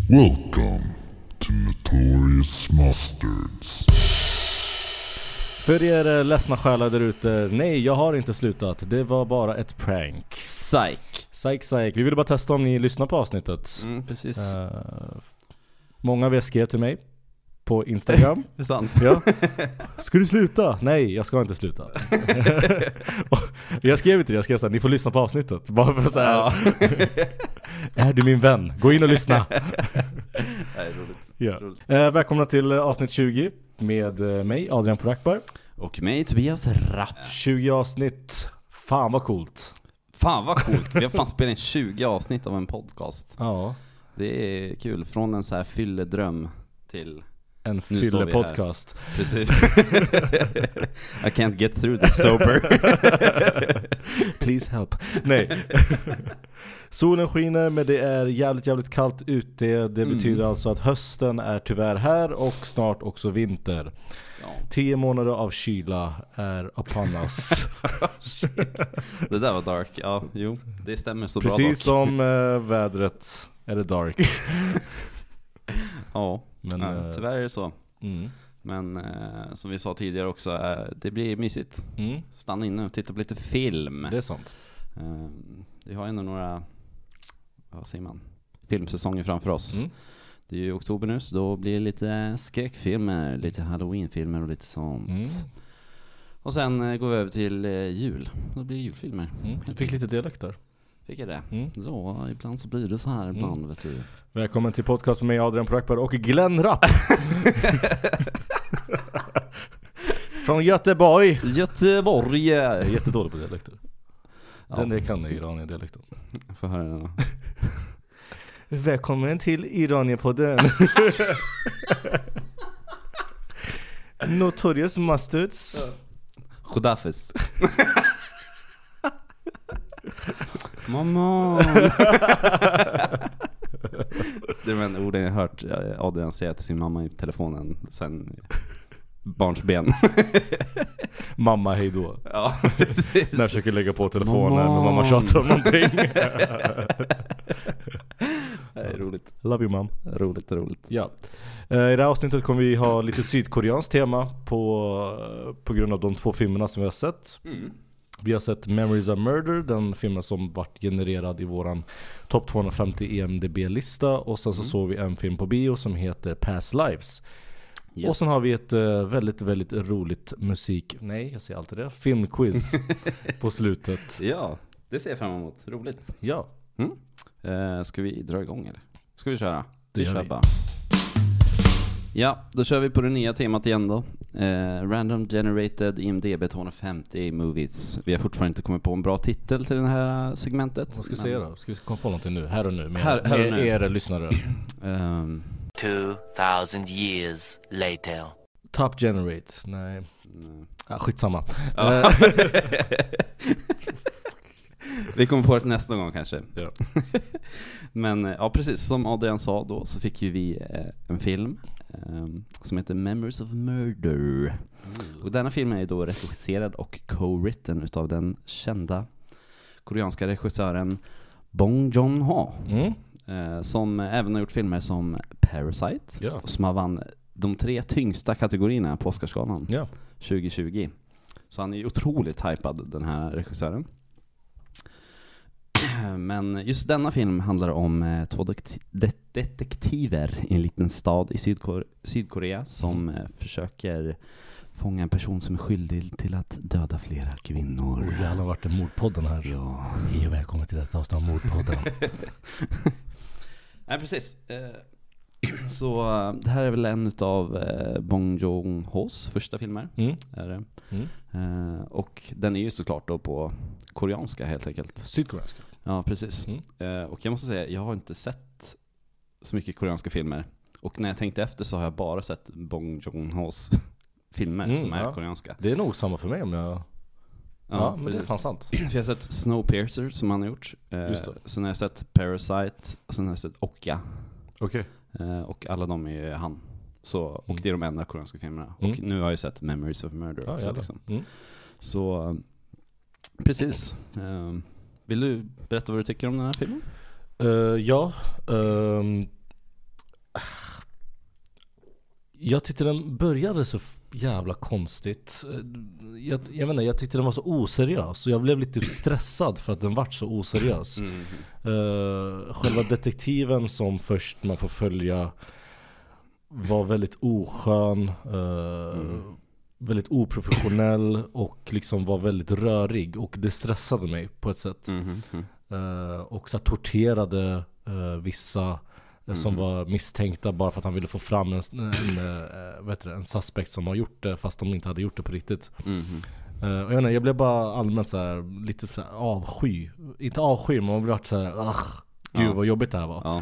Welcome to Notorious Mustards. För er ledsna själar där ute, nej, jag har inte slutat. Det var bara ett prank. Psych. Vi ville bara testa om ni lyssnar på avsnittet. Precis. Många av er skrev till mig på Instagram. Det är sant. Ja. Ska du sluta? Nej, jag ska inte sluta. Jag skrev till det, jag skrev så här, ni får lyssna på avsnittet. Bara för så här. Är du min vän? Gå in och lyssna. Nej, roligt. Ja. Roligt. Välkomna till avsnitt 20 med mig, Adrian Porakbar. Och mig, Tobias Rapp. 20 avsnitt. Fan vad coolt. Fan vad coolt. Vi har fan spelat in 20 avsnitt av en podcast. Ja. Det är kul. Från en så här fylledröm till En fyllepodcast. Precis. I can't get through this sober. Please help. Nej. Solen skiner, men det är jävligt kallt ute. Det betyder alltså att hösten är tyvärr här och snart också vinter. Ja. 10 månader av kyla är upon us. Shit. Det där var dark. Ja, jo, det stämmer så bra. Precis som vädret är det dark. Ja, Men, tyvärr är det så. Mm. Men som vi sa tidigare också, det blir mysigt. Mm. Stanna inne och titta på lite film. Det är sant. Vi har ändå några, vad säger man, filmsäsonger framför oss. Det är ju oktober nu, så då blir det lite skräckfilmer, lite Halloween-filmer och lite sånt. Och sen går vi över till jul. Då blir det julfilmer. Du fick lite dialekt där. Fick jag det? Så, ibland så blir det så här ibland, vet du. Välkommen till podcast med mig, Adrian Porakbar och Glenn Rapp. Från Göteborg. Göteborg. Jag är jättedålig på dialekter. Ja. Den jag kan är Iranien-dialekten. Får höra den då. Välkommen till Iranien-podden. Notorious Mustards. Khudafis. Mamma. Det är en orden jag har hört Adrian säga till sin mamma i telefonen sen barnsben. Mamma, hej då. Ja, precis. När jag försöker lägga på telefonen och mamma tjatar om någonting. Det är roligt. Love you, mom. Roligt. Ja. I det här avsnittet kommer vi ha lite sydkoreanskt tema på grund av de 2 filmerna som vi har sett. Vi har sett Memories of Murder, den filmen som varit genererad i våran Top 250 EMDB-lista. Och sen så såg vi en film på bio som heter Past Lives. Yes. Och sen har vi ett väldigt roligt filmquiz på slutet. Ja, det ser jag fram emot. Roligt. Ja. Ska vi dra igång eller? Ska vi köra? Det gör vi. Bara. Ja, då kör vi på det nya temat igen då. Random Generated IMDb 250 Movies. Vi har fortfarande inte kommit på en bra titel till det här segmentet. Vad ska vi säga då? Ska vi komma på någonting nu? Här och nu med er lyssnare. 2000 years later. Top Generate. Nej. Skitsamma. Vi kommer på det nästa gång kanske. Ja. Men ja, precis som Adrian sa då, så fick ju vi en film som heter Memories of Murder. Och denna filmen är då regisserad och co-written utav den kända koreanska regissören Bong Joon-ho. Som även har gjort filmer som Parasite, som har vann de 3 tyngsta kategorierna på Oscarsgalan 2020. Så han är ju otroligt hypad, den här regissören. Men just denna film handlar om 2 detektiver i en liten stad i Sydkorea som försöker fånga en person som är skyldig till att döda flera kvinnor. Jävlar, har varit en mordpodden här. Ja. Hej och välkommen till detta avsnitt av mordpodden. Nej, precis. Så det här är väl en av Bong Joon-hos första filmer. Är det. Och den är ju såklart då på koreanska helt enkelt. Sydkoreanska. Ja, precis. Och jag måste säga, jag har inte sett så mycket koreanska filmer. Och när jag tänkte efter så har jag bara sett Bong Joon-hos filmer som är koreanska. Det är nog samma för mig om jag... Ja, men det är fan sant. För jag har sett Snowpiercer som han har gjort. Sen har jag sett Parasite. Och sen har jag sett Okja. Okej. Och alla de är han. Så, och det är de enda koreanska filmerna. Och nu har jag sett Memories of Murder också. Liksom. Så, precis. Vill du berätta vad du tycker om den här filmen? Jag tyckte den började så jävla konstigt. Jag vet inte, jag tyckte den var så oseriös. Och jag blev lite stressad för att den var så oseriös. Själva detektiven som först man får följa var väldigt oskön, väldigt oprofessionell och liksom var väldigt rörig. Och det stressade mig på ett sätt. Och så torterade vissa som var misstänkta bara för att han ville få fram en suspect som har gjort det fast de inte hade gjort det på riktigt. Och jag blev bara allmänt så här, lite så här avsky. Inte avsky, men man blev så här, gud vad jobbigt det här var.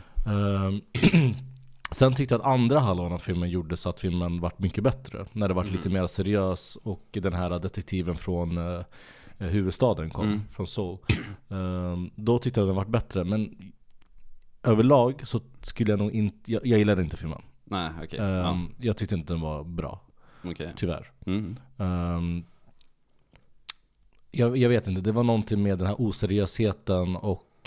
Sen tyckte jag att andra halvan av filmen gjorde så att filmen vart mycket bättre när det vart lite mer seriös och den här detektiven från huvudstaden kom från Seoul. Då tyckte jag att den vart bättre, men överlag så skulle jag nog inte, jag gillade inte filmen. Nej, okej. Jag tyckte inte den var bra. Tyvärr. Jag vet inte, det var någonting med den här oseriösheten och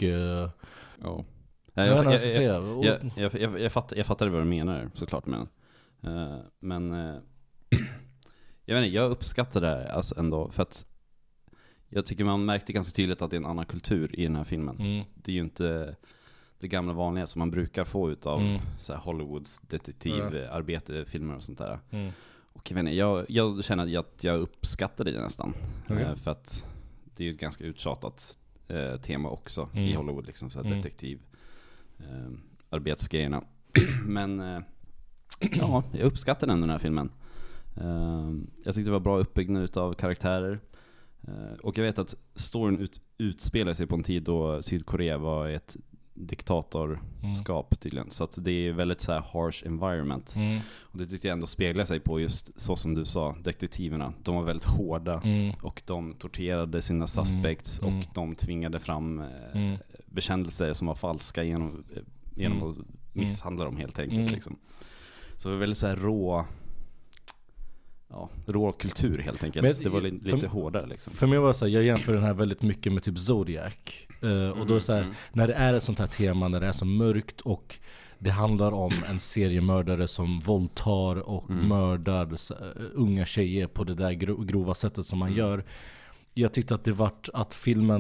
jag fattar vad du menar såklart, men jag vet inte, jag uppskattar det här alltså ändå, för att jag tycker man märkte ganska tydligt att det är en annan kultur i den här filmen. Det är ju inte det gamla vanliga som man brukar få ut av så här Hollywoods detektivarbete, filmer och sånt där. Och jag vet inte, jag känner att jag uppskattar det nästan. För att det är ju ett ganska uttjatat tema också i Hollywood, liksom så här detektiv arbetsgrejerna. Men ja, jag uppskattar den här filmen. Jag tyckte det var bra uppbyggnad av karaktärer. Och jag vet att storyn utspelar sig på en tid då Sydkorea var ett diktatorskap tydligen. Så att det är väldigt så här harsh environment. Och det tyckte jag ändå speglar sig på just så som du sa, detektiverna. De var väldigt hårda och de torterade sina suspects och de tvingade fram bekännelser som var falska genom att misshandla dem helt enkelt liksom. Så det var väldigt så här rå kultur helt enkelt. Men det var lite hårdare liksom. För mig var det så här, jag jämför den här väldigt mycket med typ Zodiac. Och då är det så här, när det är ett sånt här tema, när det är så mörkt och det handlar om en seriemördare som våldtar och mördar unga tjejer på det där grova sättet som man gör. Jag tyckte att det vart att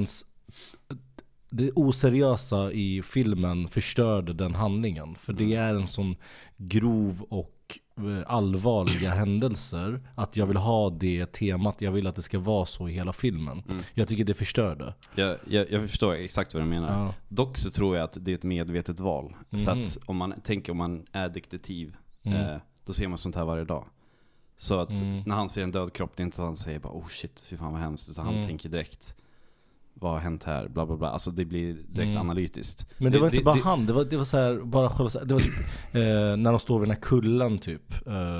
det oseriösa i filmen förstörde den handlingen. För det är en sån grov och allvarliga händelser att jag vill ha det temat, jag vill att det ska vara så i hela filmen. Jag tycker det förstörde. Jag förstår exakt vad du menar. Dock så tror jag att det är ett medvetet val. För att om man är detektiv då ser man sånt här varje dag. Så att när han ser en död kropp, det är inte så att han säger bara oh shit, fy fan vad hemskt, utan han tänker direkt vad har hänt här, bla bla bla. Alltså det blir direkt analytiskt. Men det var inte bara han, det var så här, bara själva, det var typ när de står vid den här kullen typ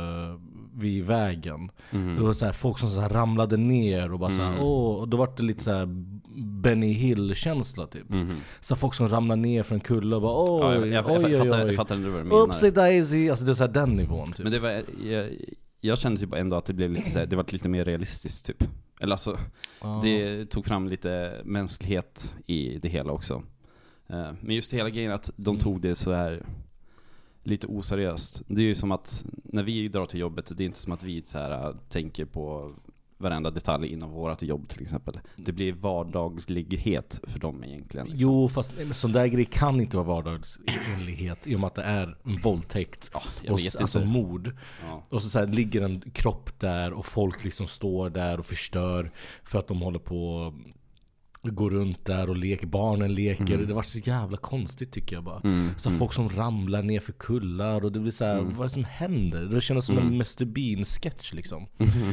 vid vägen. Det var så här folk som så här ramlade ner och bara så här, och då var det lite så här Benny Hill-känsla typ. Så folk som ramlar ner från kulle och bara jag fattar inte vad du menar. Upside daisy, alltså det är så här den nivån typ. Men det var jag kände typ ändå att det blev lite så här, det var lite mer realistiskt typ. Eller alltså, det tog fram lite mänsklighet i det hela också. Men just hela grejen att de tog det så här lite oseriöst. Det är ju som att när vi drar till jobbet, det är inte som att vi så här tänker på varenda detalj inom vårat jobb till exempel. Det blir vardagslighet för dem egentligen. Liksom. Jo, fast sån där grej kan inte vara vardagslighet i och med att det är en våldtäkt och alltså mord. Och så här, ligger en kropp där och folk liksom står där och förstör för att de håller på går runt där och leker, barnen leker. Det var så jävla konstigt tycker jag bara. Så folk som ramlar ner för kullar och det blir så här, vad är det som händer? Det kändes som en Mr. Bean-sketch liksom.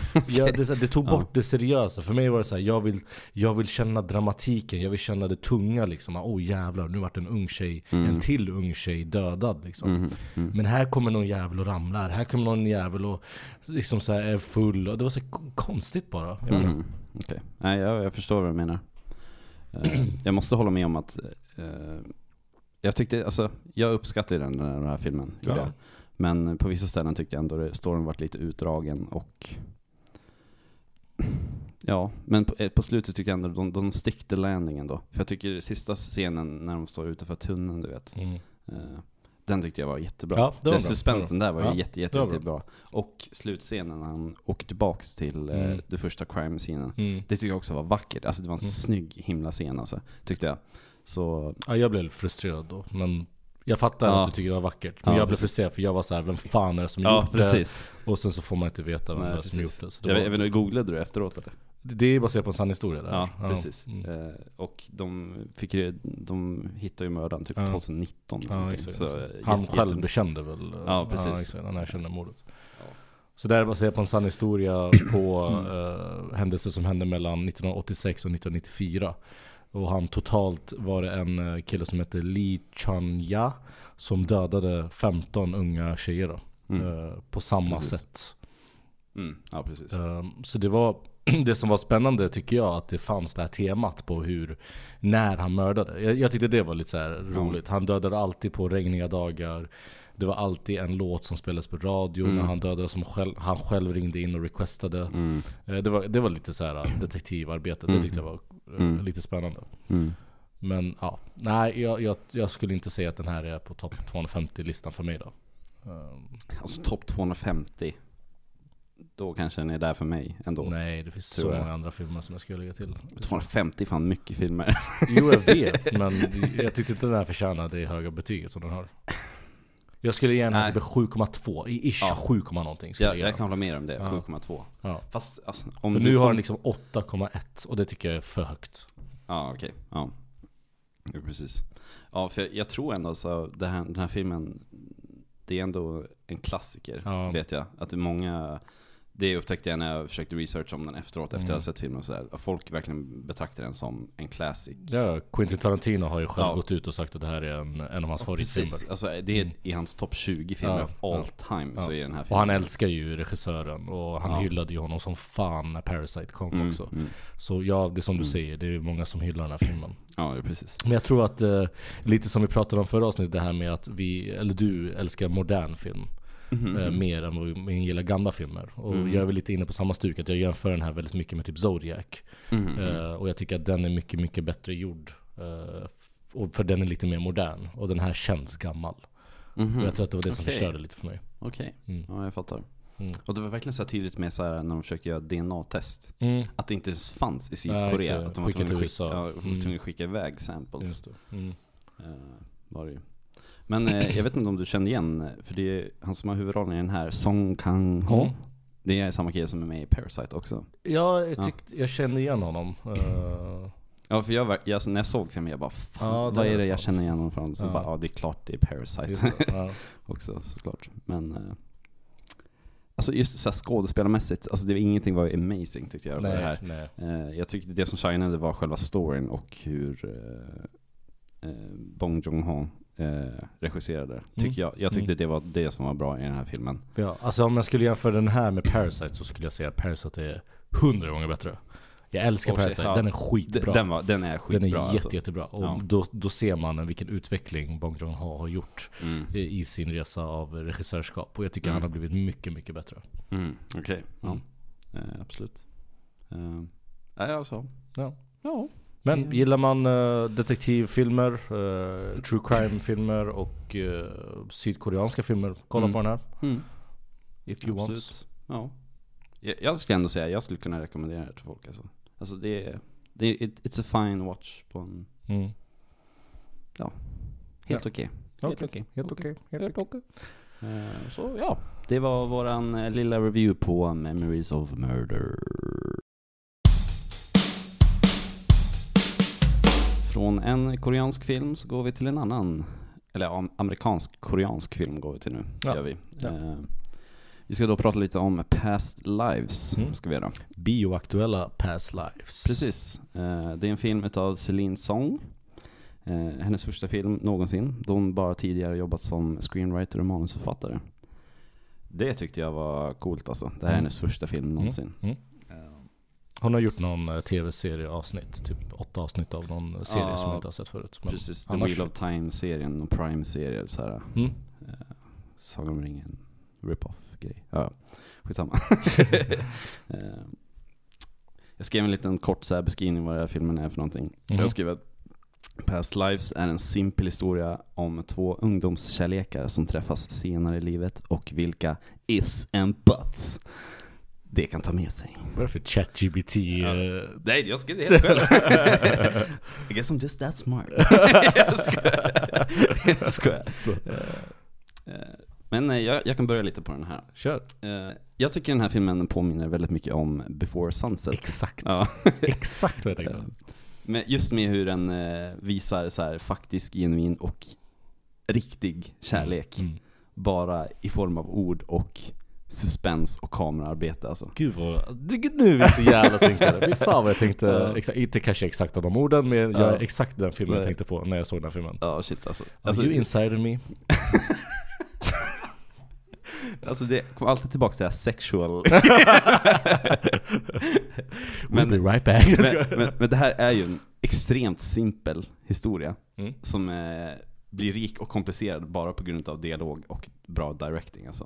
Det tog bort det seriösa. För mig var det så här, jag vill känna dramatiken, jag vill känna det tunga liksom. Jävlar, nu vart en ung tjej, en till ung tjej dödad liksom. Men här kommer någon jävel och ramlar. Här kommer någon jävel och liksom så här är full. Och det var så konstigt bara. Okej. Nej, jag förstår vad du menar. Jag måste hålla med om att jag tyckte, alltså jag uppskattade den här filmen men på vissa ställen tyckte jag ändå storyn varit lite utdragen och men på slutet tycker jag ändå de stickte landingen då, för jag tycker sista scenen när de står utanför tunneln, du vet, Den tyckte jag var jättebra. Ja, det var den bra. suspensen där var ju det var jättebra. Och slutscenen när han åker tillbaks till det första crime-scenen. Det tycker jag också var vackert. Alltså det var en snygg himla scen alltså, tyckte jag. Så... Ja, jag blev frustrerad då, men jag fattar att du tycker det var vackert. Men jag blev frustrerad för jag var så här: vem fan är det som gjort det? Och sen så får man inte veta vem det är som gjort det. Så jag vet inte, googlade du efteråt eller? Det är baserat på en sann historia där. Ja, precis. Och de hittade ju mördaren typ 2019. Ja, exakt. Så han själv bekände väl. Ja, precis. Ja, exakt. Han erkände mordet. Ja. Så det är baserat på en sann historia på händelser som hände mellan 1986 och 1994. Och han totalt var det en kille som heter Lee Chun-ya som dödade 15 unga tjejer då, på samma sätt. Ja, precis. Så det var det som var spännande, tycker jag, att det fanns det här temat på när han mördade. Jag tyckte det var lite så här roligt. Han dödade alltid på regniga dagar. Det var alltid en låt som spelades på radio när han dödade, som han själv ringde in och requestade. Det var lite så här detektivarbete. Det tyckte jag var lite spännande. Men ja, nej, jag skulle inte säga att den här är på topp 250-listan för mig då. Alltså topp 250, då kanske den är där för mig ändå. Nej, det finns så många andra filmer som jag skulle lägga till. 250 fan mycket filmer. Jo, jag vet, men jag tyckte inte den här förtjänade det höga betyget som den har. Jag skulle gärna typ 7,2 ish 7, någonting skulle jag kan hålla med om det, 7,2. Ja. Fast alltså, för nu har den liksom 8,1 och det tycker jag är för högt. Ja, okej. Ja, precis. Ja, för jag tror ändå så den här filmen, det är ändå en klassiker, vet jag. Att det är många... Det upptäckte jag när jag försökte researcha om den efteråt, efter att ha sett filmen och sådär. Folk verkligen betraktar den som en classic. Ja, Quentin Tarantino har ju själv gått ut och sagt att det här är en av hans favoritfilmer. Alltså det är i hans topp 20 filmer of all time, så är den här filmen. Och han älskar ju regissören, och han hyllade ju honom som fan när Parasite kom också. Så ja, det är som du säger, det är många som hyllar den här filmen. Ja, precis. Men jag tror att lite som vi pratade om förra avsnittet, det här med att du älskar modern film. Mer än vad vi gillar gamla filmer. Och jag är väl lite inne på samma stuk, att jag jämför den här väldigt mycket med typ Zodiac. Och jag tycker att den är mycket, mycket bättre gjord. Och för den är lite mer modern. Och den här känns gammal. Och jag tror att det var det som förstörde lite för mig. Okej, ja, jag fattar. Och det var verkligen så tydligt med så här, när de försökte göra DNA-test. Att det inte fanns i Sydkorea. Att de var tvungna att skicka iväg samples. Var det ju. Men jag vet inte om du kände igen, för det är han som har huvudrollen i den här, Song Kang-ho. Det är samma kille som är med i Parasite också. Ja, jag känner igen honom. Ja, för när jag såg filmen, jag bara, fan, vad är det jag känner igen honom från? Så bara, det är klart det är Parasite. Också, såklart. Men alltså just så här skådespelarmässigt, alltså ingenting var amazing tyckte jag. Nej, det här. Jag tyckte det som shinade var själva storyn och hur Bong Joon-ho regisserade. Jag tyckte det var det som var bra i den här filmen. Ja, alltså om jag skulle jämföra den här med Parasite, så skulle jag säga att Parasite är 100 gånger bättre. Jag älskar Parasite, den är skitbra. Den är skitbra. Den är jättebra. Och då ser man vilken utveckling Bong Joon-ho har gjort i sin resa av regissörskap. Och jag tycker han har blivit mycket, mycket bättre. Okej. Absolut. Ja. Men gillar man detektivfilmer, true crime-filmer och sydkoreanska filmer, kolla på den här. If you want. Ja. Jag skulle ändå säga, jag skulle kunna rekommendera det till folk. Alltså it's a fine watch på en... Ja, helt okej. Helt okej. Så ja, det var våran lilla review på Memories of Murder. Från en koreansk film så går vi till en annan, eller amerikansk-koreansk film går vi till nu. Gör vi. Vi ska då prata lite om Past Lives. Ska vi göra. Bioaktuella Past Lives. Precis. Det är en film av Celine Song. Hennes första film någonsin. Då hon bara tidigare jobbat som screenwriter och manusförfattare. Det tyckte jag var coolt alltså. Det här är hennes första film någonsin. Hon har gjort någon tv-serie-avsnitt, typ 8 avsnitt av någon serie som jag inte har sett förut. Men precis, The Wheel of Time-serien och Prime-serier så här. Sagan om ringen, rip-off-grej. Ja, skitsamma. Jag skrev en liten kort så här beskrivning vad den här filmen är för någonting. Jag skrev att Past Lives är en simpel historia om 2 ungdomskärlekar som träffas senare i livet och vilka ifs and buts det kan ta med sig. Vad är det för ChatGPT? Nej, jag ska det helt själv. I guess I'm just that smart. Jag skojar. Men jag kan börja lite på den här. Kör. Jag tycker den här filmen påminner väldigt mycket om Before Sunset. Exakt. Ja. Exakt vad jag tänkte. Men just med hur den visar så här faktisk, genuin och riktig kärlek. Bara i form av ord och suspens och kameraarbete alltså. Gud vad, nu är vi så jävla synkade. Fy fan vad jag tänkte, inte kanske exakt av de orden, men jag är exakt den filmen jag tänkte på när jag såg den här filmen. Ja, shit alltså. You insider me. Alltså det kommer alltid tillbaka till det här sexual. We'll be right back. men det här är ju en extremt simpel historia som blir rik och komplicerad bara på grund av dialog och bra directing alltså.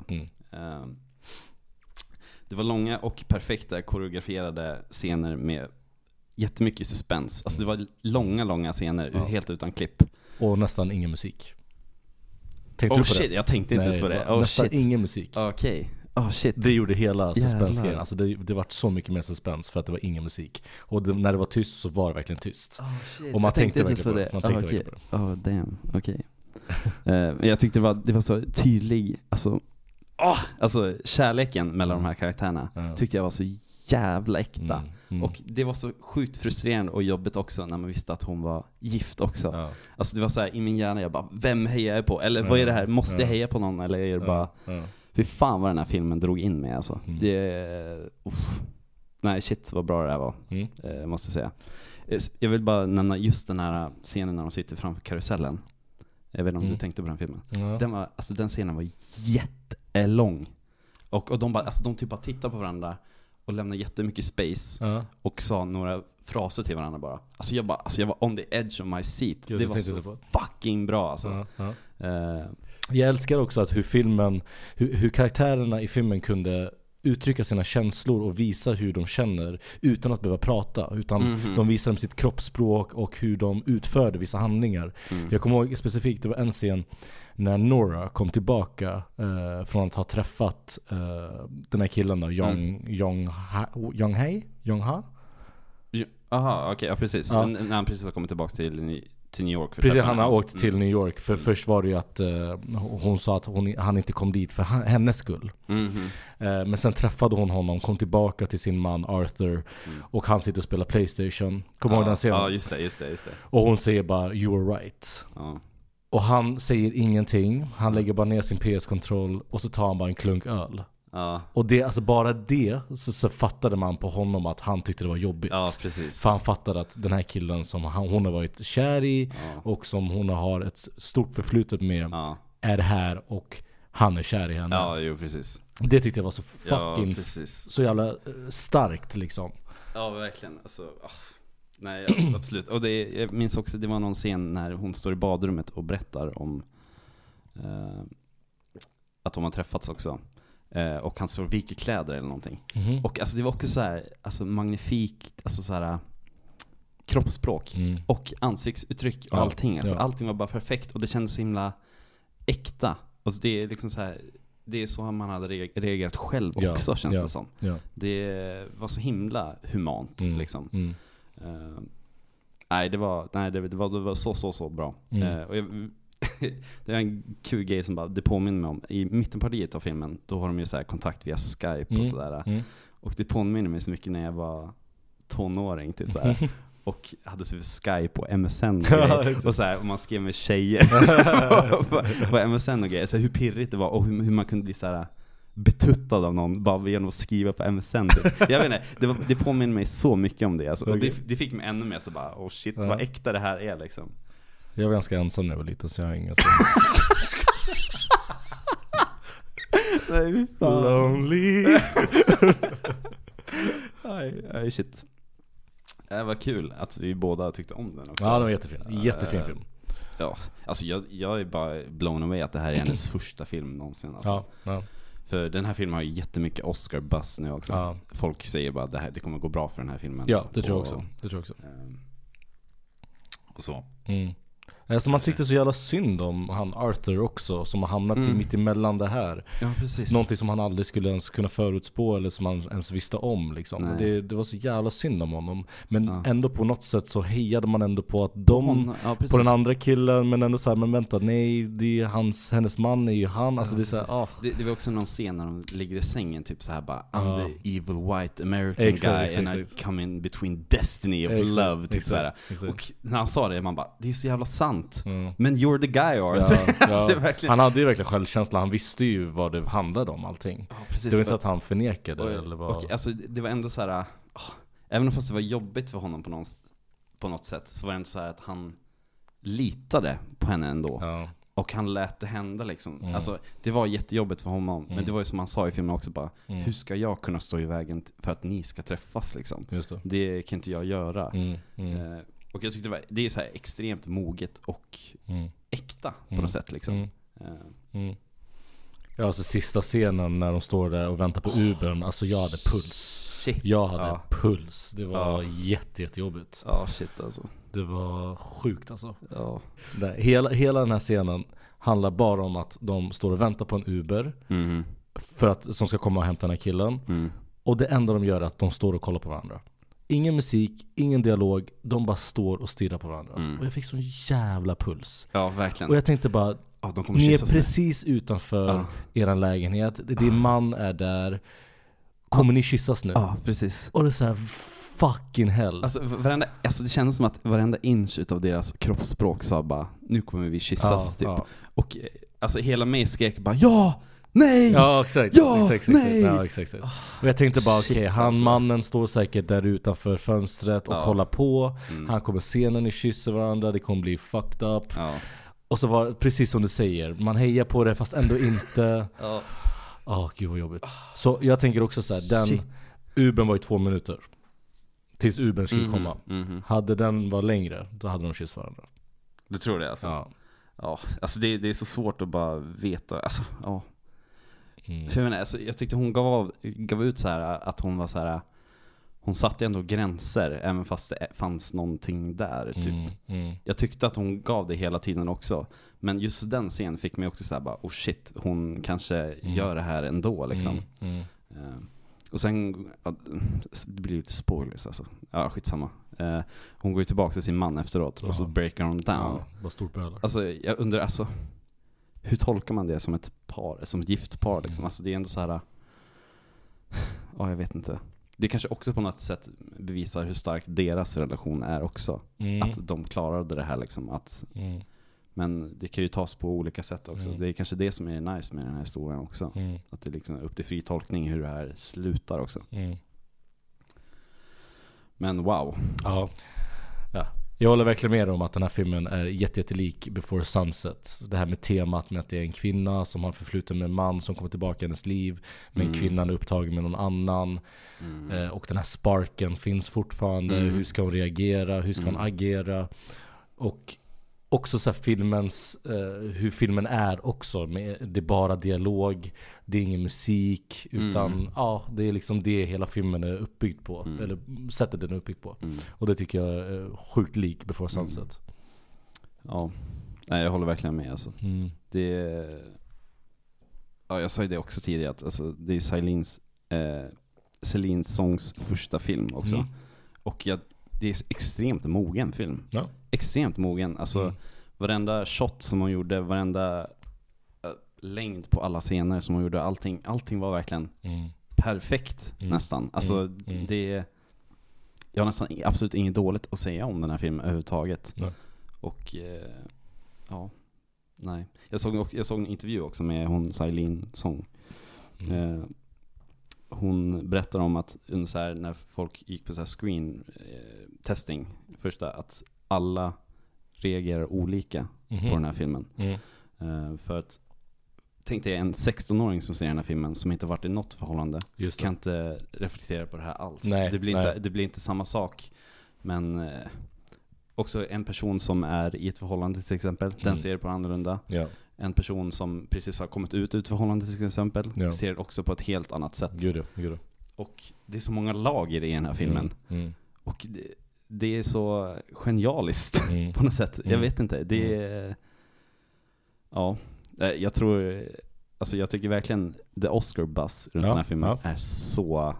Det var långa och perfekta koreograferade scener med jättemycket suspens. Alltså det var långa scener helt utan klipp. Och nästan ingen musik. Tänkte du på shit, det? jag tänkte inte ens på det. Nästan ingen musik. Okej. Shit. Det gjorde hela suspensgrejen. Alltså det var så mycket mer suspens för att det var ingen musik. Och när det var tyst så var det verkligen tyst. Shit. Och man tänkte verkligen på det. Man tänkte verkligen på det. Damn. Okej. Men jag tyckte det var så tydlig, alltså kärleken mellan de här karaktärerna tyckte jag var så jävla äkta. Och det var så sjukt frustrerande och jobbigt också när man visste att hon var gift också. Alltså det var så här i min hjärna, jag bara, vem hejar jag på? Eller vad är det här? Måste jag heja på någon? Eller är det bara hur fan vad den här filmen drog in med alltså. Nej shit vad bra det här var. Måste jag säga. Jag vill bara nämna just den här scenen när de sitter framför karusellen. Jag vet inte om du tänkte på den filmen. Den scenen var jättelång. Och de typ bara tittar på varandra och lämnar jättemycket space och sa några fraser till varandra bara. Alltså jag var on the edge of my seat. Det var så fucking bra alltså. Jag älskar också att hur karaktärerna i filmen kunde uttrycka sina känslor och visa hur de känner utan att behöva prata, utan de visar dem sitt kroppsspråk och hur de utförde vissa handlingar. Jag kommer ihåg specifikt, det var en scen när Nora kom tillbaka från att ha träffat den här killen då, Young-ha? Aha, okej, ja precis. När han precis har kommit tillbaka till New York. Precis, han har åkt till New York. För först var det ju att hon sa att han inte kom dit för hennes skull. Men sen träffade hon honom, kom tillbaka till sin man Arthur och han sitter och spelar PlayStation. Kommer ihåg den scenen? Ja, just det. Och hon säger bara, you were right. Och han säger ingenting. Han lägger bara ner sin PS-kontroll och så tar han bara en klunk öl. Och det, alltså bara det så fattade man på honom att han tyckte det var jobbigt. Precis. För han fattade att den här killen som hon har varit kär i och som hon har ett stort förflutet med är här och han är kär i henne. Ja, jo precis. Det tyckte jag var så fucking så jävla starkt liksom. Ja, verkligen. Alltså, nej, absolut. Och jag minns också, det var någon scen när hon står i badrummet och berättar om att de har träffats också. Och han står och viker kläder eller någonting. Och alltså det var också så här, alltså magnifikt, alltså så här kroppsspråk och ansiktsuttryck och allting. Alltså allting var bara perfekt och det kändes så himla äkta. Alltså det är liksom så här, det är så man hade reagerat själv också, känns det som. Det var så himla humant liksom. Det var så bra. Och det är en kul grej som bara, det påminner mig om i mittenpartiet av filmen, då har de ju så här kontakt via Skype och sådär. Och det påminner mig så mycket när jag var tonåring typ så här. Och hade så Skype och MSN och så här, och man skrev med tjejer på MSN och grejer, så hur pirrigt det var och hur man kunde bli så här betuttad av någon bara genom att skriva på MSN typ. Jag vet inte, det påminner mig så mycket om det alltså. Och det fick mig ännu mer så bara, shit vad äkta det här är liksom. Jag var ganska ensam när jag var liten så jag har inga så. Nej, fan. Lonely. Nej, shit. Det var kul att vi båda tyckte om den också. Ja, det var jättefin. Jättefin film. Ja, alltså jag är bara blown away att det här är hennes första film någonsin alltså. Ja. För den här filmen har ju jättemycket Oscar-buzz nu också. Folk säger bara att det kommer gå bra för den här filmen. Ja, det tror jag också. och så. Alltså man tyckte så jävla synd om han Arthur också, som har hamnat mitt emellan det här. Ja, precis. Någonting som han aldrig skulle ens kunna förutspå eller som han ens visste om liksom. Det var så jävla synd om honom. Men ändå på något sätt så hejade man ändå på att på den andra killen, men ändå så här, men vänta, nej, det är hennes man är ju han. Alltså det är så här, det var också någon scen när de ligger i sängen typ så här bara, I'm the evil white American guy and I come in between destiny of love typ så här. Och när han sa det, man bara, det är så jävla sant. Men you're the guy, Arthur. Han hade ju verkligen självkänsla. Han visste ju vad det handlade om allting. Det var inte så att han förnekade eller vad. Och alltså, det var ändå så här, även fast det var jobbigt för honom på något sätt, så var det ändå så här att han litade på henne ändå. Och han lät det hända liksom. Alltså, det var jättejobbigt för honom. Men det var ju som han sa i filmen också bara, hur ska jag kunna stå i vägen för att ni ska träffas liksom? Just det kan inte jag göra. Och jag tyckte det är så här extremt moget och äkta på något sätt liksom. Ja, alltså sista scenen när de står där och väntar på Ubern, alltså jag hade puls. Shit. Jag hade puls. Det var jättejobbigt. Ja, shit alltså. Det var sjukt alltså. Hela den här scenen handlar bara om att de står och väntar på en Uber för att som ska komma och hämta den här killen. Och det enda de gör är att de står och kollar på varandra. Ingen musik, ingen dialog. De bara står och stirrar på varandra. Och jag fick sån jävla puls. Ja, verkligen. Och jag tänkte bara, ni är precis utanför eran lägenhet. Din man är där. Kommer ni kyssas nu? Ja, precis. Och det är så här, fucking hell. Alltså det kändes som att varenda inch utav deras kroppsspråk sa bara, nu kommer vi kyssas typ. Och alltså hela mig skrek bara, ja! Nej! Ja, exakt. Ja, exakt. nej! Ja, exakt. Och jag tänkte bara, okej, mannen står säkert där utanför fönstret och kollar på. Han kommer se när ni kysser varandra. Det kommer bli fucked up. Och så var det precis som du säger, man hejar på det fast ändå inte. Gud vad jobbigt. Så jag tänker också så här, den Ubern var i 2 minuter tills Ubern skulle komma. Hade den var längre, då hade de kysst varandra. Du tror det alltså? Ja, alltså det är så svårt att bara veta. Alltså, För jag menar, alltså, jag tyckte hon gav ut så här att hon var så här, hon satte ändå gränser även fast det fanns någonting där typ. Jag tyckte att hon gav det hela tiden också, men just den scenen fick mig också så här bara, oh shit, hon kanske gör det här ändå liksom. Och sen det blir lite spoilers alltså. Ja, skitsamma. Hon går ju tillbaka till sin man efteråt och så breakar hon down. Vad stort på. Alltså jag undrar alltså, hur tolkar man det som ett par, som ett gift par liksom? Alltså det är ändå så här, jag vet inte. Det kanske också på något sätt bevisar hur stark deras relation är också. Att de klarade det här liksom. Men det kan ju tas på olika sätt också. Det är kanske det som är nice med den här historien också. Att det liksom är upp till fri tolkning hur det här slutar också. Men wow. Ja. Jag håller verkligen med om att den här filmen är jättelik Before Sunset. Det här med temat med att det är en kvinna som har förflutit med en man som kommer tillbaka i hennes liv, men kvinnan är upptagen med någon annan. Och den här sparken finns fortfarande. Hur ska hon reagera? Hur ska hon agera? Och också så här hur filmen är också, med det är bara dialog, det är ingen musik, utan det är liksom det hela filmen är uppbyggd på, eller sättet den är uppbyggd på. Och det tycker jag är sjukt lik Before Sunset. Ja, nej, jag håller verkligen med alltså. Jag sa ju det också tidigare att alltså, det är Celine Songs första film också. Och det är extremt mogen film. Extremt mogen. Alltså varenda shot som hon gjorde, varenda längd på alla scener som hon gjorde, allting var verkligen perfekt nästan. Alltså jag har nästan absolut inget dåligt att säga om den här filmen överhuvudtaget. Och nej. Jag såg en intervju också med hon Celine Song. Hon berättar om att så här, när folk gick på så här screen testing första, att alla reagerar olika på den här filmen. För att tänk dig en 16-åring som ser den här filmen som inte varit i något förhållande kan inte reflektera på det här alls. Det blir inte samma sak. Men också en person som är i ett förhållande till exempel, den ser på annorlunda. En person som precis har kommit ut ur ett förhållande till exempel ser också på ett helt annat sätt. Gud. Och det är så många lager i den här filmen. Och det är så genialiskt på något sätt. Jag vet inte. Det är... Ja, jag tror... Alltså jag tycker verkligen the Oscar buzz runt den här filmen är så...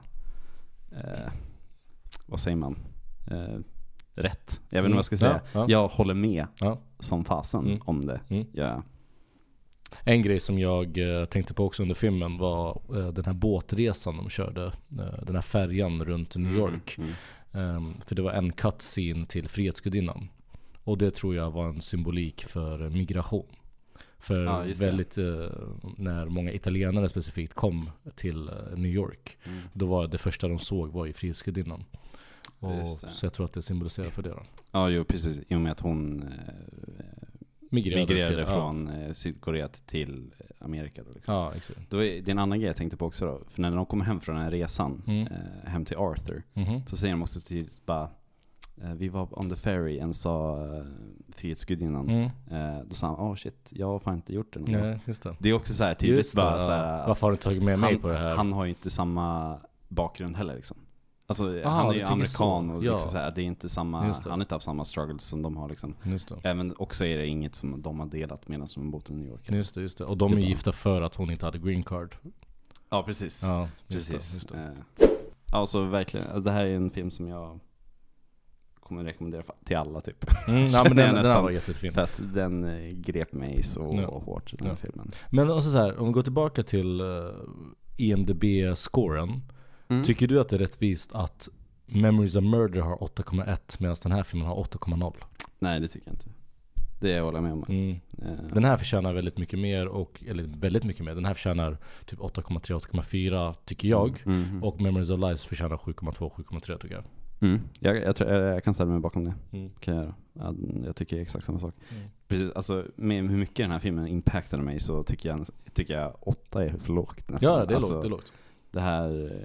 vad säger man? Rätt. Jag vet inte vad jag ska säga. Jag håller med som fasen om det. Ja. En grej som jag tänkte på också under filmen var den här båtresan de körde. Den här färjan runt New York. För det var en cutscene till Frihetsgudinnan. Och det tror jag var en symbolik för migration. För väldigt, när många italienare specifikt kom till New York, då var det första de såg var i Frihetsgudinnan. Och så jag tror att det symboliserar för det då. Ja, jo, precis. I och med att hon migrerade från Sydkorea till Amerika då, liksom. Ja, exakt. Då är det en annan grej jag tänkte på också då. För när de kommer hem från den här resan hem till Arthur, så säger de också till bara vi var on the ferry and sa Frihetsgudinnan. Då sa han, shit, jag har fan inte gjort det. Nej, just det. Det är också så här typiskt bara så här, varför har du tagit med mig på det här? Han har ju inte samma bakgrund heller liksom. Alltså han är ju amerikan och liksom så här, det är inte samma, han har inte haft samma struggles som de har liksom. Även också är det inget som de har delat medan de bott i New York. Just det. Och de är gifta för att hon inte hade green card. Ja, precis. Ja, precis. Alltså verkligen, alltså, det här är en film som jag kommer rekommendera till alla typ. Ja, men den här var jättefin. För att den grep mig så hårt den här filmen. Men också så här, om vi går tillbaka till IMDb-scoren. Tycker du att det är rättvist att Memories of Murder har 8,1 medan den här filmen har 8,0? Nej, det tycker jag inte. Det håller jag med om. Den här förtjänar väldigt mycket mer, eller väldigt mycket mer. Den här förtjänar typ 8,3, 8,4 tycker jag. Och Memories of Lies förtjänar 7,2, 7,3 tycker jag. Jag tror jag kan ställa mig bakom det. Jag tycker exakt samma sak. Precis, alltså med hur mycket den här filmen impactade mig så tycker jag 8 är för lågt nästan. Ja, det är alltså, lågt, det är lågt. Det här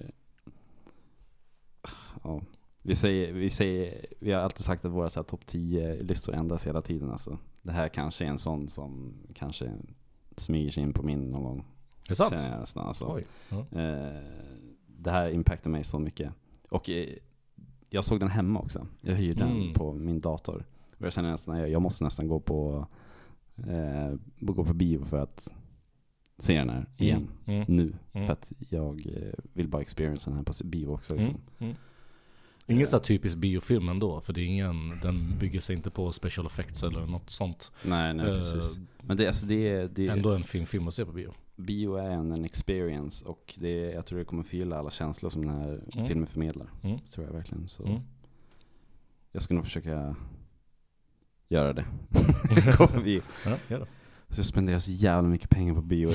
vi har alltid sagt att våra så här, topp 10 listor ändras hela tiden alltså. Det här kanske är en sån som kanske smyger sig in på min någon gång. Det är sant? Nästan, alltså. Oj. Det här impactar mig så mycket. Och jag såg den hemma också. Jag hyrde den på min dator. Och jag känner nästan jag måste nästan gå på bio för att se den här igen nu. För att jag vill bara experience den här på bio också liksom. Ingen så typisk biofilm ändå, för det är den bygger sig inte på special effects eller något sånt. Nej, precis. Men det är ändå en fin film att se på bio. Bio är en experience och jag tror det kommer fylla alla känslor som den här filmen förmedlar. Tror jag verkligen. Så jag ska nog försöka göra det. Kommer vi. Ja, gör det. Så jag spenderar så jävla mycket pengar på bio.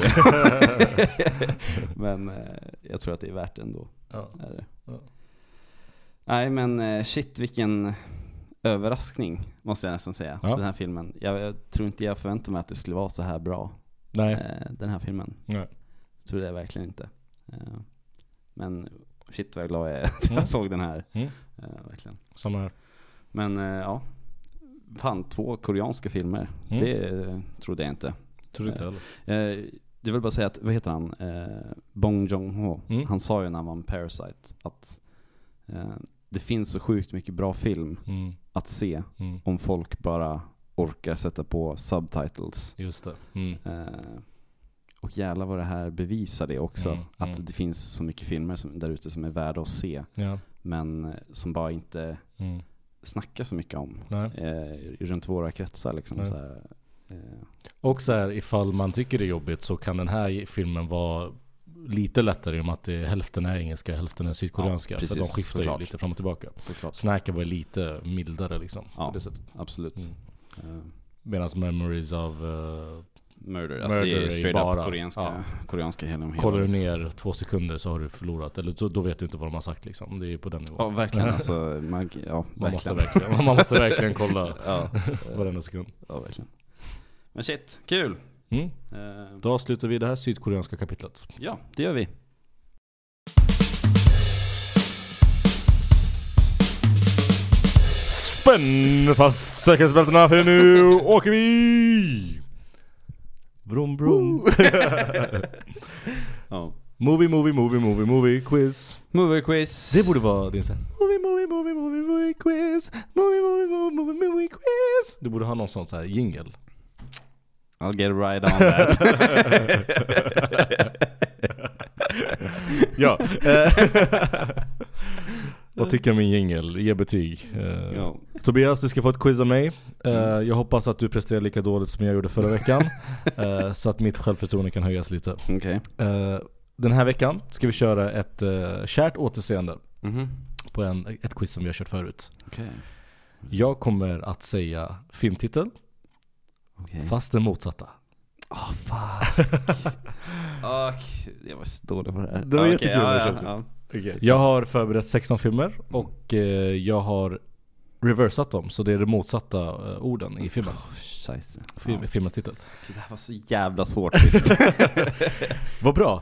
Men jag tror att det är värt det ändå. Ja. Är det. Ja. Nej, men shit, vilken överraskning måste jag nästan säga. Ja. Den här filmen. Jag tror inte jag förväntade mig att det skulle vara så här bra. Nej. Den här filmen. Nej. Jag tror det verkligen inte. Men shit vad jag glad jag är att jag såg den här. Verkligen. Samma här. Men ja. Fan, 2 koreanska filmer. Det trodde jag inte. Tror inte heller. Det vill bara säga att, vad heter han? Bong Joon-ho. Han sa ju när han var med Parasite att det finns så sjukt mycket bra film att se om folk bara orkar sätta på subtitles. Just det. Och jävlar vad det här bevisar det också. Att det finns så mycket filmer där ute som är värda att se. Ja. Men som bara inte snackar så mycket om. Runt våra kretsar liksom. Så här, Och så här, ifall man tycker det är jobbigt så kan den här filmen vara lite lättare i och med att hälften är engelska, hälften är sydkoreanska. Precis, så de skiftar såklart. ju lite fram och tillbaka. Såklart. Så den här kan vara lite mildare liksom. Ja, på det sättet. absolut. Medan Memories of Murder. Alltså det är straight bara, up koreanska hela. Kollar du ner 2 sekunder så har du förlorat. Eller då vet du inte vad de har sagt liksom. Det är på den nivån. Ja, verkligen. Alltså, man måste verkligen kolla varenda sekund. Ja, verkligen. Men shit, kul. Då avslutar vi det här sydkoreanska kapitlet. Ja, det gör vi. Spänn fast säkerhetsbältena för nu åker vi! Brum brum. Movie quiz. Movie quiz. Det borde vara din sen. Movie movie quiz. Movie quiz. Du borde ha någon sån så här jingle. I'll get right on that. Ja. Vad tycker du om min jingle? Ge betyg. Ja. Tobias, du ska få ett quiz av mig. Jag hoppas att du presterar lika dåligt som jag gjorde förra veckan. Så att mitt självförtroende kan höjas lite. Okej. Den här veckan ska vi köra ett kärt återseende Mhm. på ett quiz som vi har kört förut. Okej. Jag kommer att säga filmtitel, Okej. fast den motsatta. Fuck. Jag var så dålig på det här. Det var Okej, jättekul, det känns det. Okay. Jag har förberett 16 filmer och jag har reversat dem, så det är de motsatta orden i filmen. Scheisse. Filmens titel. Det här var så jävla svårt visst. Vad bra.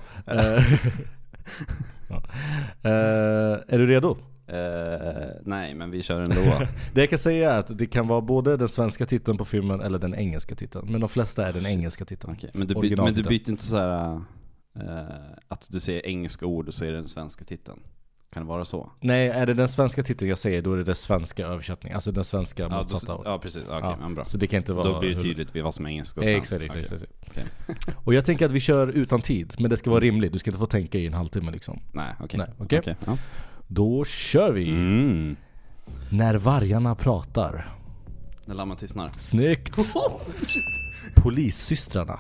Är du redo? Nej, men vi kör ändå. Det jag kan säga är att det kan vara både den svenska titeln på filmen eller den engelska titeln. Men de flesta är den engelska titeln. Okay. Men du byter inte så här att du säger engelska ord och så är det den svenska titeln. Kan det vara så? Nej, är det den svenska titeln jag säger, då är det den svenska översättningen. Alltså den svenska motsatta ord. Ja, precis. Okay, men bra. Så det kan inte vara... Då blir det tydligt vad som är engelska och svenska. Exakt. Okay. Och jag tänker att vi kör utan tid, men det ska vara rimligt. Du ska inte få tänka i en halvtimme liksom. Nej, okej. Okay. Ja. Då kör vi. När vargarna pratar. När lammen tystnar. Snyggt. Polissystrarna.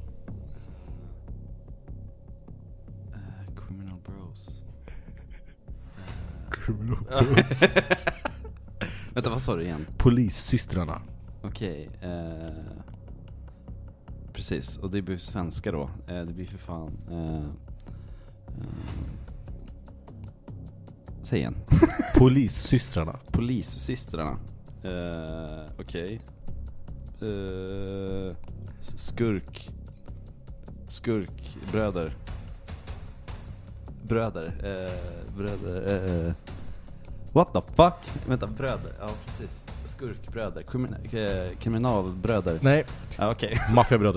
Criminal Bros. Vänta, vad sa du igen? Polissystrarna. Okej. Precis, och det blir svenska då. Det blir för fan säg igen. Polissystrarna. Polissystrarna. Okej. Skurkbröder. Bröder. What the fuck? Vänta, bröder. Ja, precis. Skurkbröder. Kriminalbröder. Nej. Ja, okej. Maffiabröder.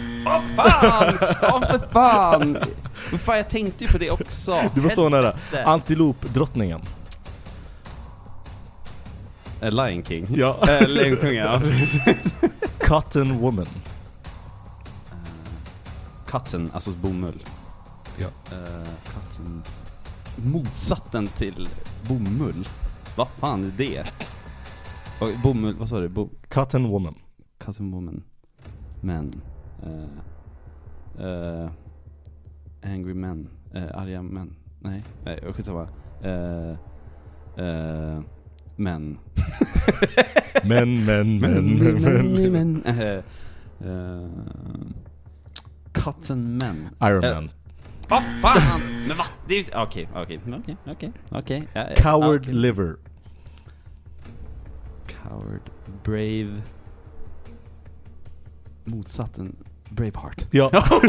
För fan! Fan, jag tänkte ju på det också. Du var så nära. Antilopdrottningen. Lion King. Ja. Lejonkungen, ja, precis. Cotton Woman. Cotton, alltså bomull. Ja. Cotton. Motsatsen till bomull. Vad fan är det? Och bomull, vad sa du? Cotton Woman. Cotton Woman. Men. Angry Men. Arga män. Nej, jag skiter bara. Men. Men. Cotton Men. Iron Man. Vad fan? Men vad? Det är okej. Coward Liver. Coward. Brave. Motsatsen. Braveheart. Ja.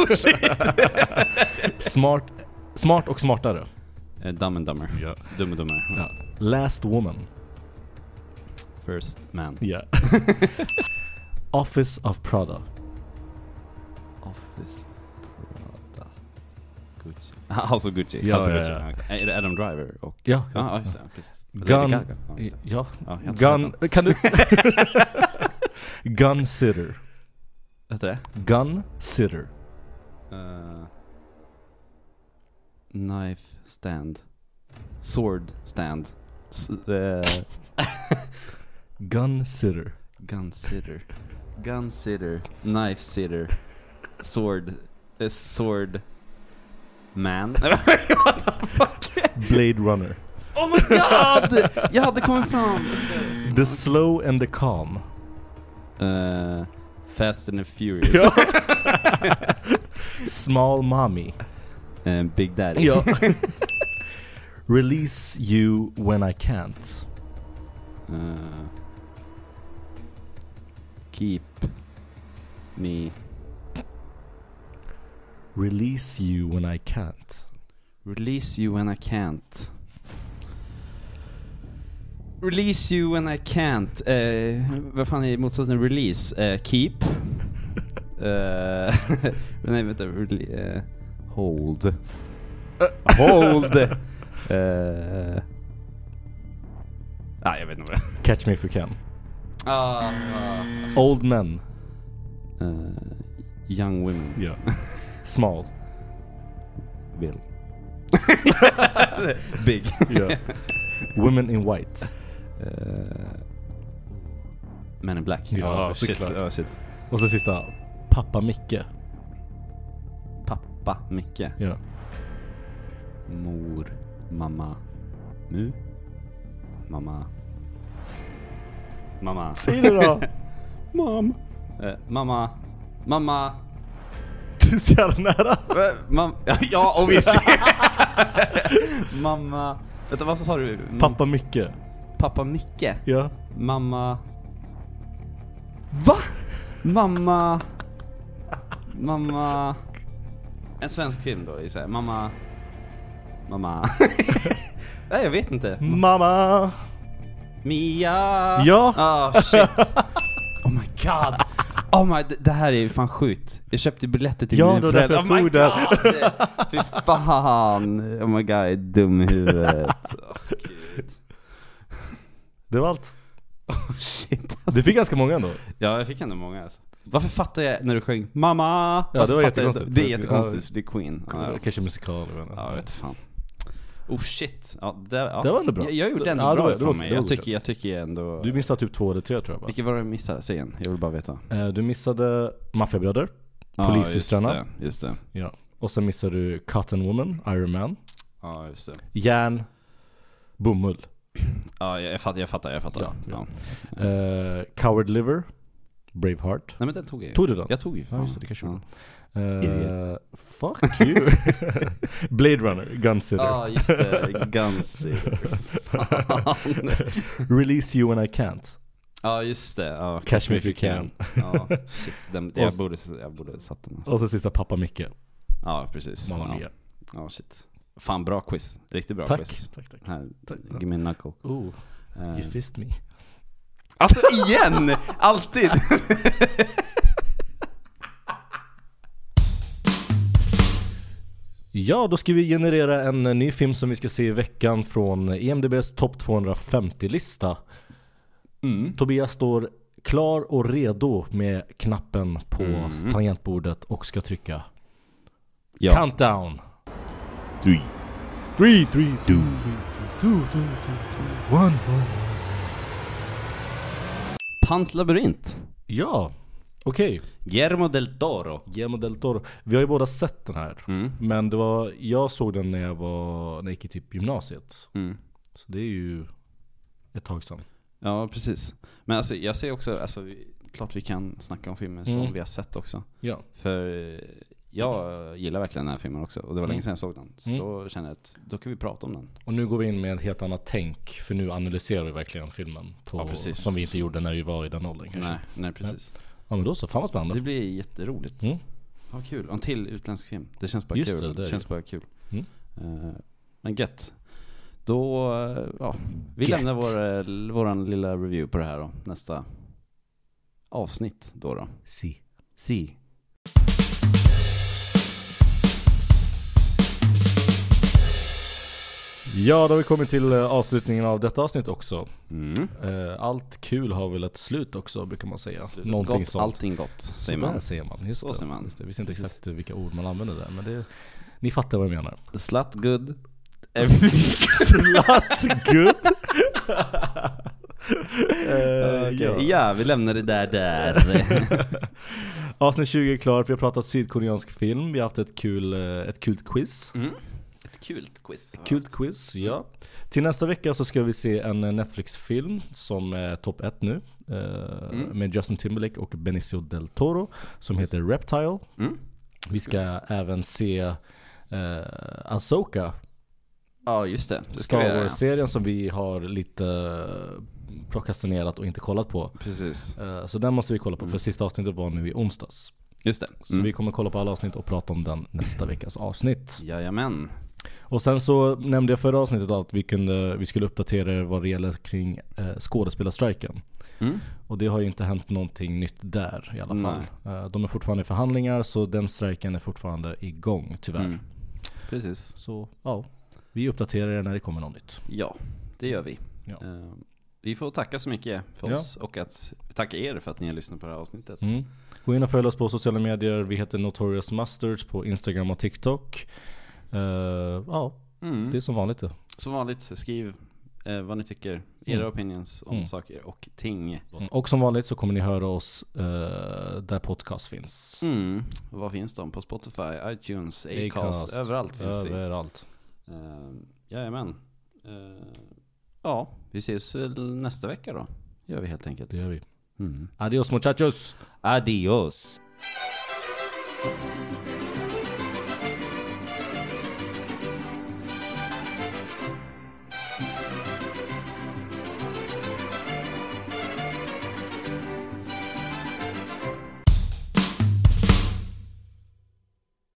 Smart och smartare. Dumb and Dumber. Ja. Dum och dummare. Ja. Last Woman. First Man. Ja. Office of Prada. Office Prada. Gucci. Alltså Gucci. Ja, alltså ja, Gucci. ja. Är det Adam Driver? Och... Ja. Ja, just det. Precis. Gun. Ja. Gun. Kan du... Gun Sitter. Vad heter det? Gun Sitter. Knife Stand. Sword Stand. Gun Sitter. Gun Sitter. Gun Sitter. Knife Sitter. Sword. Sword Man. What the fuck? Blade Runner. Oh my god! Jag hade kommit fram. The Slow and the Calm. Fast and the Furious. Ja. Small Mommy. Big Daddy. Ja. Release You When I Can't. Keep Me. Release You When I Can't. Release You When I Can't. Release You When I Can't. Vad fan är motsatsen? Release. Keep. Nej, vänta. Hold. Hold. Nej, jag vet inte vad det är. Catch Me If You Can. Old Men. Young Women. Ja. Small. Bill. Big. Ja. Women in White. Men in Black. Ja, shit. såklart. Shit. Och så sista, Pappa Micke. Pappa Micke. Ja. Mor. Mamma. Mu. Mamma. Säg det då. Mamma. Mamma. Du är så jävla nära. Ja, obviously. Mamma. Vänta, vad sa du? Pappa Micke. Pappa Micke. Ja. Mamma. Va? Mamma. En svensk film då, gissar jag. Mamma. Nej, jag vet inte. Mamma. Mia. Ja. Shit. Oh my god. Det här är fan sjukt. Jag köpte biljetter till Ja, min det var därför jag tog det. Fy fan. Oh my god, jag är dum i huvudet. Gud. Det var allt. Shit. Du fick ganska många ändå. Ja, jag fick ändå många alltså. Varför fattar jag när du sjöng Mamma? Ja, det var Varför fattar jag jättekonstigt. inte? Det är jättekonstigt, det är Queen. Kanske musikal. Ja, jag vet fan. Oh shit. Ja, det var ändå bra. Jag gjorde ändå Ja, bra det för var mig. godkänt. Jag tycker ändå. Du missade typ 2 eller 3 tror jag bara. Vilket var det jag missade? Säg igen, jag vill bara veta. Du missade Maffiabröder, Polissystrarna. Just det. Ja. Och sen missade du Cotton Woman, Iron Man. Ja, just det. Järn, Bomull. Ja, jag fattar. Ja. Coward Liver, Braveheart. Nej, men den tog jag. Tog du den? Jag tog ju. Ja, just det kanske. Fuck you. Blade Runner, Gunsitter. Ja, just det. Gunsitter. Release You When I Can't. Ja, just det. Ja, Catch Me If You Can. Ja, shit. Jag borde satt den. Alltså. Och så sista Pappa Micke. Ja, precis. Mamma Mia. Ja, shit. Fan, bra quiz. Riktigt bra tack. quiz. Tack. Här, give me a knuckle. You fist me. Alltså igen! Alltid! Ja, då ska vi generera en ny film som vi ska se i veckan från IMDb's topp 250-lista. Tobias står klar och redo med knappen på tangentbordet och ska trycka countdown. 3, 2, 1. Pans labyrint. Ja, okej. Guillermo del Toro. Vi har ju båda sett den här. Men jag såg den när jag gick i typ gymnasiet. Så det är ju ett tag sedan. Ja, precis. Men alltså, jag ser också, klart vi kan snacka om filmer som vi har sett också. Ja. För jag gillar verkligen den här filmen också. Och det var länge sedan jag såg den. Så då känner jag att då kan vi prata om den. Och nu går vi in med ett helt annat tänk. För nu analyserar vi verkligen filmen som vi inte gjorde när vi var i den åldern kanske. Nej, precis. Ja, men då så, fan vad spännande. Det blir jätteroligt. Ja, kul. En till utländsk film. Det känns bara just kul. Det känns bara kul. Men gött. Då, vi lämnar våran lilla review på det här då. Nästa avsnitt då. Si. Ja, då har vi kommit till avslutningen av detta avsnitt också. Allt kul har väl ett slut också, brukar man säga. Någonting gott, sånt. Allting gott, säger man. Säger man. Just det. Man. Vi visste inte exakt vilka ord man använder där, men ni fattar vad jag menar. Slut good. Slut good. Ja, vi lämnar det där. Avsnitt 20 är klart. Vi har pratat sydkoreansk film. Vi har haft ett kul quiz. Kult quiz, ja. Till nästa vecka så ska vi se en Netflix-film som är topp 1 nu. Med Justin Timberlake och Benicio del Toro. Som heter Reptile. Vi ska även se Ahsoka. Ja, just det. Star Wars-serien som vi har lite prokrastinerat och inte kollat på. Precis. Så den måste vi kolla på, för sista avsnittet var nu i onsdags. Just det. Så vi kommer kolla på alla avsnitt och prata om den nästa veckas avsnitt. Jajamän. Och sen så nämnde jag förra avsnittet att vi skulle uppdatera er vad det gäller kring skådespelarstrejken. Och det har ju inte hänt någonting nytt där i alla fall. De är fortfarande i förhandlingar, så den strejken är fortfarande igång tyvärr. Precis. Så ja, vi uppdaterar er när det kommer något nytt. Ja, det gör vi. Ja. vi får tacka så mycket för oss och att tacka er för att ni har lyssnat på det här avsnittet. Gå in och följ oss på sociala medier. Vi heter Notorious Mustards på Instagram och TikTok. Det är som vanligt det. Som vanligt, skriv vad ni tycker, era opinions om saker och ting. Och som vanligt så kommer ni höra oss där podcast finns. Vad finns de? På Spotify, iTunes, Acast, överallt finns vi. Överallt. Jajamän. Ja, vi ses nästa vecka då. Gör vi helt enkelt. Det gör vi. Adios muchachos. Adios.